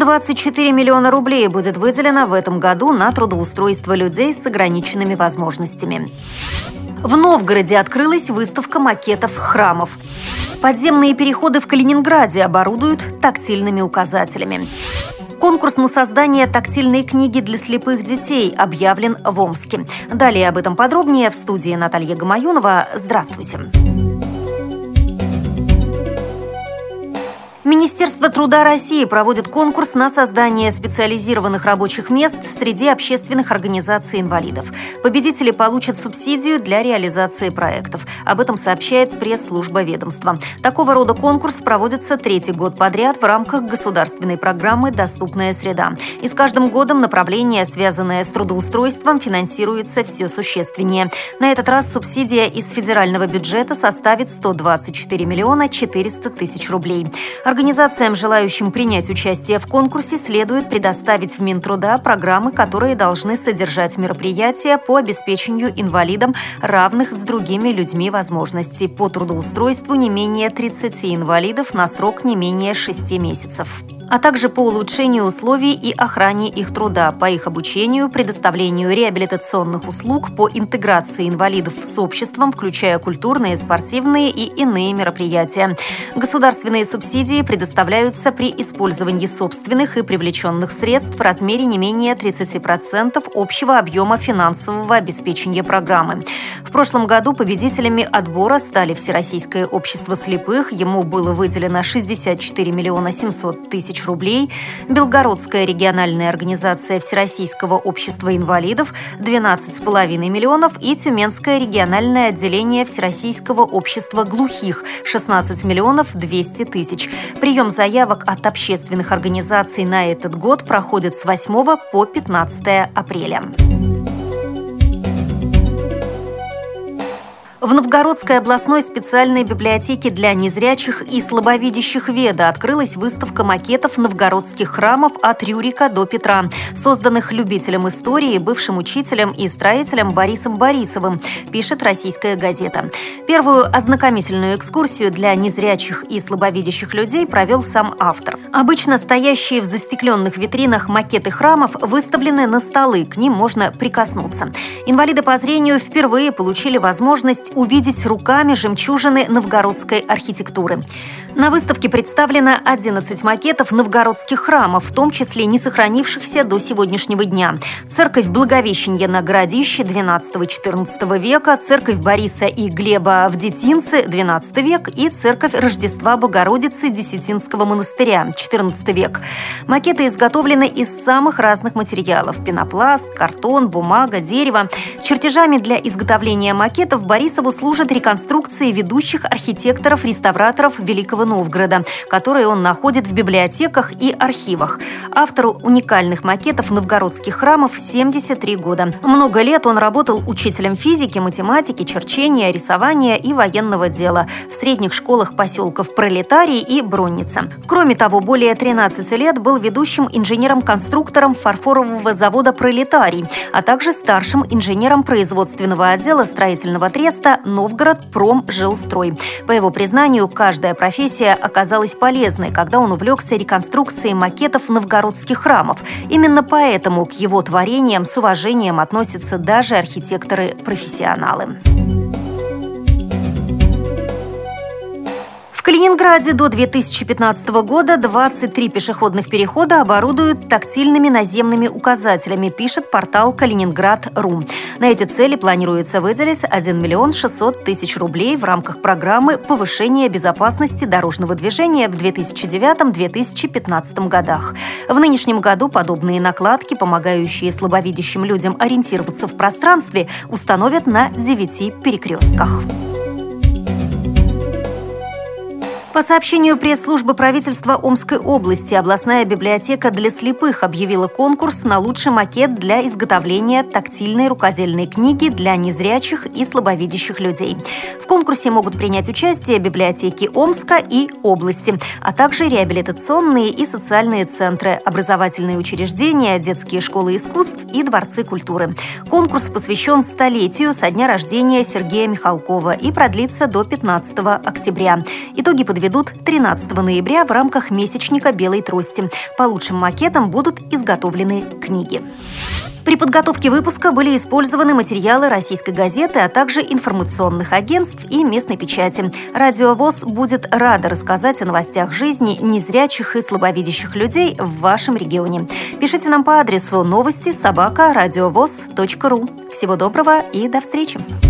124 миллиона рублей будет выделено в этом году на трудоустройство людей с ограниченными возможностями. В Новгороде открылась выставка макетов храмов. Подземные переходы в Калининграде оборудуют тактильными указателями. Конкурс на создание тактильной книги для слепых детей объявлен в Омске. Далее об этом подробнее в студии Наталья Гамаюнова. Здравствуйте. Министерство труда России проводит конкурс на создание специализированных рабочих мест среди общественных организаций инвалидов. Победители получат субсидию для реализации проектов. Об этом сообщает пресс-служба ведомства. Такого рода конкурс проводится третий год подряд в рамках государственной программы «Доступная среда». И с каждым годом направление, связанное с трудоустройством, финансируется все существеннее. На этот раз субсидия из федерального бюджета составит 124 миллиона 400 тысяч рублей. Организациям, желающим принять участие в конкурсе, следует предоставить в Минтруда программы, которые должны содержать мероприятия по обеспечению инвалидам равных с другими людьми возможностей по трудоустройству не менее 30 инвалидов на срок не менее 6 месяцев. А также по улучшению условий и охране их труда, по их обучению, предоставлению реабилитационных услуг, по интеграции инвалидов с обществом, включая культурные, спортивные и иные мероприятия. Государственные субсидии предоставляются при использовании собственных и привлеченных средств в размере не менее 30% общего объема финансового обеспечения программы. В прошлом году победителями отбора стали Всероссийское общество слепых, ему было выделено 64 миллиона 700 тысяч рублей, Белгородская региональная организация Всероссийского общества инвалидов – 12,5 миллионов и Тюменское региональное отделение Всероссийского общества глухих – 16 миллионов 200 тысяч. Прием заявок от общественных организаций на этот год проходит с 8 по 15 апреля. В Новгородской областной специальной библиотеке для незрячих и слабовидящих ВЕДА открылась выставка макетов новгородских храмов от Рюрика до Петра, созданных любителем истории, бывшим учителем и строителем Борисом Борисовым, пишет «Российская газета». Первую ознакомительную экскурсию для незрячих и слабовидящих людей провел сам автор. Обычно стоящие в застекленных витринах макеты храмов выставлены на столы, к ним можно прикоснуться. Инвалиды по зрению впервые получили возможность увидеть руками жемчужины новгородской архитектуры. На выставке представлено 11 макетов новгородских храмов, в том числе не сохранившихся до сегодняшнего дня. Церковь Благовещения на Городище XII-XIV века, церковь Бориса и Глеба в Детинце XII век и церковь Рождества Богородицы Десятинского монастыря XIV век. Макеты изготовлены из самых разных материалов – пенопласт, картон, бумага, дерево. Чертежами для изготовления макетов Борисову служат реконструкции ведущих архитекторов-реставраторов Великого Новгорода, которые он находит в библиотеках и архивах. Автору уникальных макетов новгородских храмов 73 года. Много лет он работал учителем физики, математики, черчения, рисования и военного дела в средних школах поселков Пролетарий и Бронница. Кроме того, более 13 лет был ведущим инженером-конструктором фарфорового завода «Пролетарий», а также старшим инженером производственного отдела строительного треста «Новгород-Промжилстрой». По его признанию, каждая профессия оказалась полезной, когда он увлекся реконструкцией макетов новгородских храмов. Именно поэтому к его творениям с уважением относятся даже архитекторы-профессионалы. В Калининграде до 2015 года 23 пешеходных перехода оборудуют тактильными наземными указателями, пишет портал Калининград.ру. На эти цели планируется выделить 1 миллион 600 тысяч рублей в рамках программы повышения безопасности дорожного движения в 2009-2015 годах. В нынешнем году подобные накладки, помогающие слабовидящим людям ориентироваться в пространстве, установят на 9 перекрестках. По сообщению пресс-службы правительства Омской области, областная библиотека для слепых объявила конкурс на лучший макет для изготовления тактильной рукодельной книги для незрячих и слабовидящих людей. В конкурсе могут принять участие библиотеки Омска и области, а также реабилитационные и социальные центры, образовательные учреждения, детские школы искусств и дворцы культуры. Конкурс посвящен столетию со дня рождения Сергея Михалкова и продлится до 15 октября. Итоги подведут проведут 13 ноября в рамках месячника «Белой трости». По лучшим макетам будут изготовлены книги. При подготовке выпуска были использованы материалы «Российской газеты», а также информационных агентств и местной печати. Радио ВОС будет рада рассказать о новостях жизни незрячих и слабовидящих людей в вашем регионе. Пишите нам по адресу новости@радиовос.ру. Всего доброго и до встречи!